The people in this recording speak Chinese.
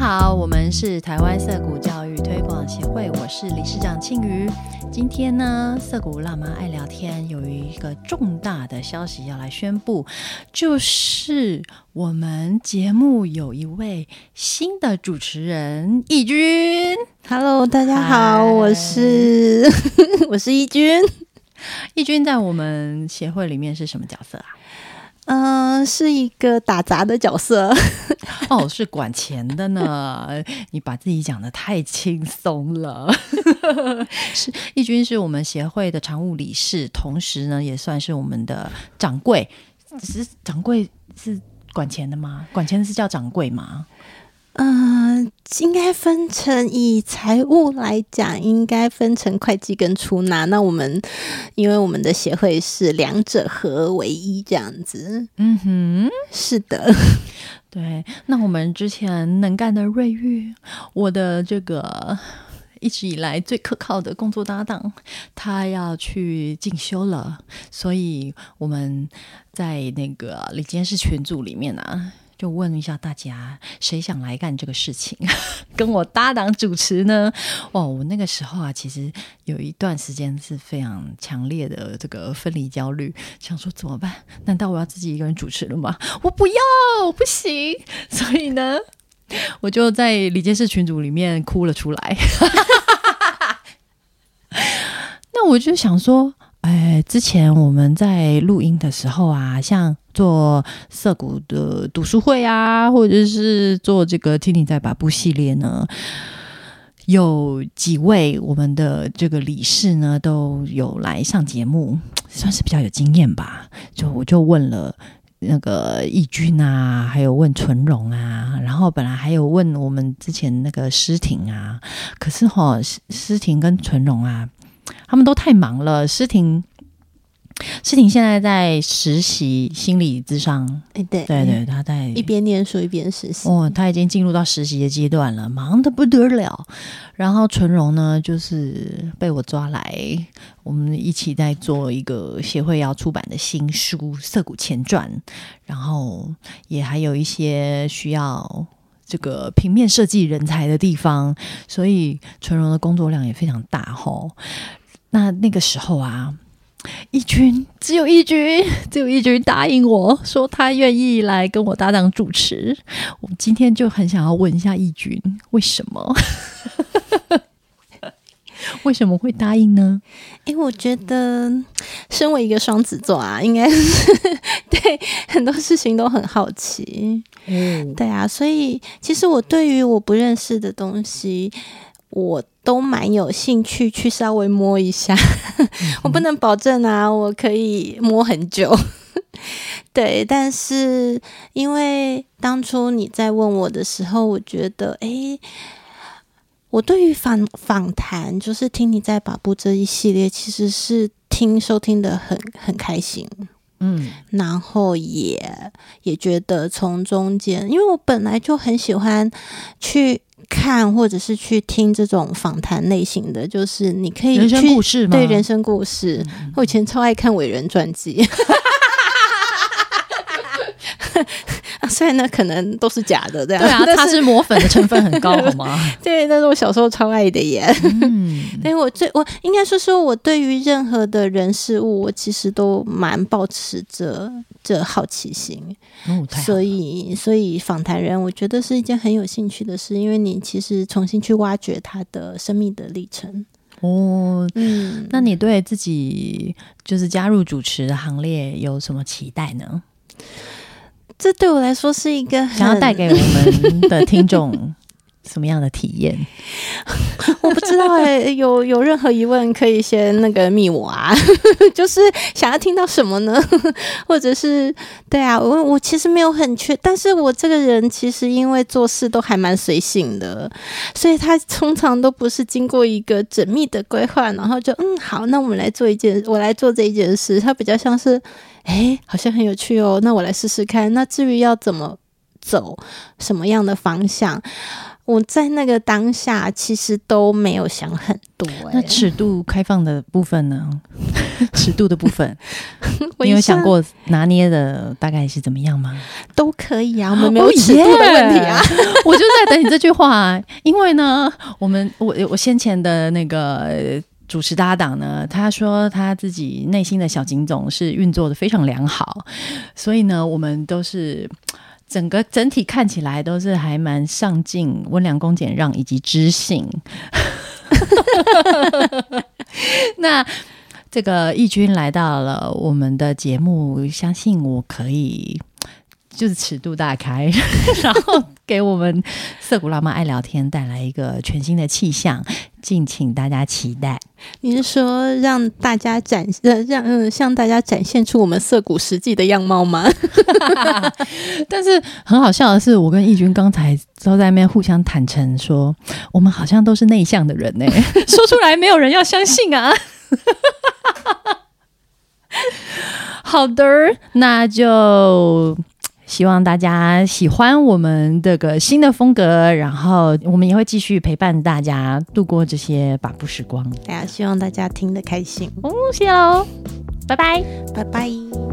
好，我们是台湾色谷教育推广协会，我是理事长庆瑜。今天呢，色谷辣妈爱聊天有一个重大的消息要来宣布，就是我们节目有一位新的主持人义君。 Hello， 大家好，我是义君。 义君在我们协会里面是什么角色啊？ 是一个打杂的角色。 哦，是管钱的呢。你把自己讲得太轻松了。是，义君是我们协会的常务理事，同时呢也算是我们的掌柜。掌柜是管钱的吗？管钱的是叫掌柜吗？ 应该分成，以财务来讲，应该分成会计跟出纳。那我们因为我们的协会是两者合为一这样子。嗯哼，是的。 对，那我们之前能干的瑞玉，我的这个一直以来最可靠的工作搭档，他要去进修了，所以我们在那个理监事群组里面啊，就问一下大家谁想来干这个事情跟我搭档主持呢？我那个时候啊，其实有一段时间是非常强烈的这个分离焦虑，想说怎么办？难道我要自己一个人主持了吗？我不要，不行。所以呢，我就在理监事群组里面哭了出来那我就想说，之前我们在录音的时候啊，像做涩谷的读书会啊，或者是做这个听你在把布系列呢，有几位我们的这个理事呢都有来上节目，算是比较有经验吧。我就问了那个义君啊，还有问纯荣啊，然后本来还有问我们之前那个诗婷啊，可是诗婷跟纯荣啊，他们都太忙了。诗婷现在在实习心理咨商， 对， 他在一边念书一边实习。 他已经进入到实习的阶段了，忙得不得了。然后纯荣呢，就是被我抓来，我们一起在做一个协会要出版的新书《涩谷前传》，然后也还有一些需要这个平面设计人才的地方，所以纯荣的工作量也非常大吼。那个时候啊，只有义君答应我说他愿意来跟我搭档主持。我今天就很想要问一下义君，为什么为什么会答应呢？ 我觉得身为一个双子座啊，应该是对很多事情都很好奇。对啊，所以其实我对于我不认识的东西，我都蛮有兴趣去稍微摸一下。我不能保证啊，我可以摸很久。对，但是因为当初你在问我的时候，我觉得我对于访谈，就是听你在把布这一系列，其实是收听的很开心。然后也觉得从中间，因为我本来就很喜欢去看或者是去听这种访谈类型的，就是你可以去人生故事吗？ 对，人生故事。我以前超爱看伟人传记虽然呢可能都是假的，对啊，它是磨粉的成分很高好吗？ 对，但是我小时候超爱的耶。对，我应该说我对于任何的人事物，我其实都蛮抱持着这好奇心。所以访谈人我觉得是一件很有兴趣的事，因为你其实重新去挖掘他的生命的历程。 那你对自己就是加入主持的行列有什么期待呢？ 这对我来说是一个想要带给我们的听众什么样的体验？ 我不知道有任何疑问可以先那个密我啊就是想要听到什么呢或者是对啊，我其实没有很但是我这个人其实因为做事都还蛮随性的，所以他通常都不是经过一个缜密的规划，然后就好，那我来做这一件事，他比较像是好像很有趣哦，那我来试试看，那至于要怎么走什么样的方向，我在那个当下其实都没有想很多。 那尺度开放的部分呢？尺度的部分你有想过拿捏的大概是怎么样吗？ 都可以啊，我们没有尺度的问题啊。 我就在等你这句话，因为呢，我先前的那个主持搭档呢，他说他自己内心的小警总是运作的非常良好，所以呢，我们都是整体看起来都是还蛮上进、温良恭俭让以及知性。那这个义军来到了我们的节目，相信我可以就是尺度大开，然后给我们涩谷辣妈爱聊天带来一个全新的气象，敬请大家期待。 你是说让大家向大家展现出我们涩谷实际的样貌吗？ 但是很好笑的是，我跟义军刚才都在那边互相坦诚说，我们好像都是内向的人呢，说出来没有人要相信啊。好的，那就希望大家喜欢我们这个新的风格，然后我们也会继续陪伴大家度过这些把布时光。 希望大家听得开心。 谢喽，拜拜， 拜拜。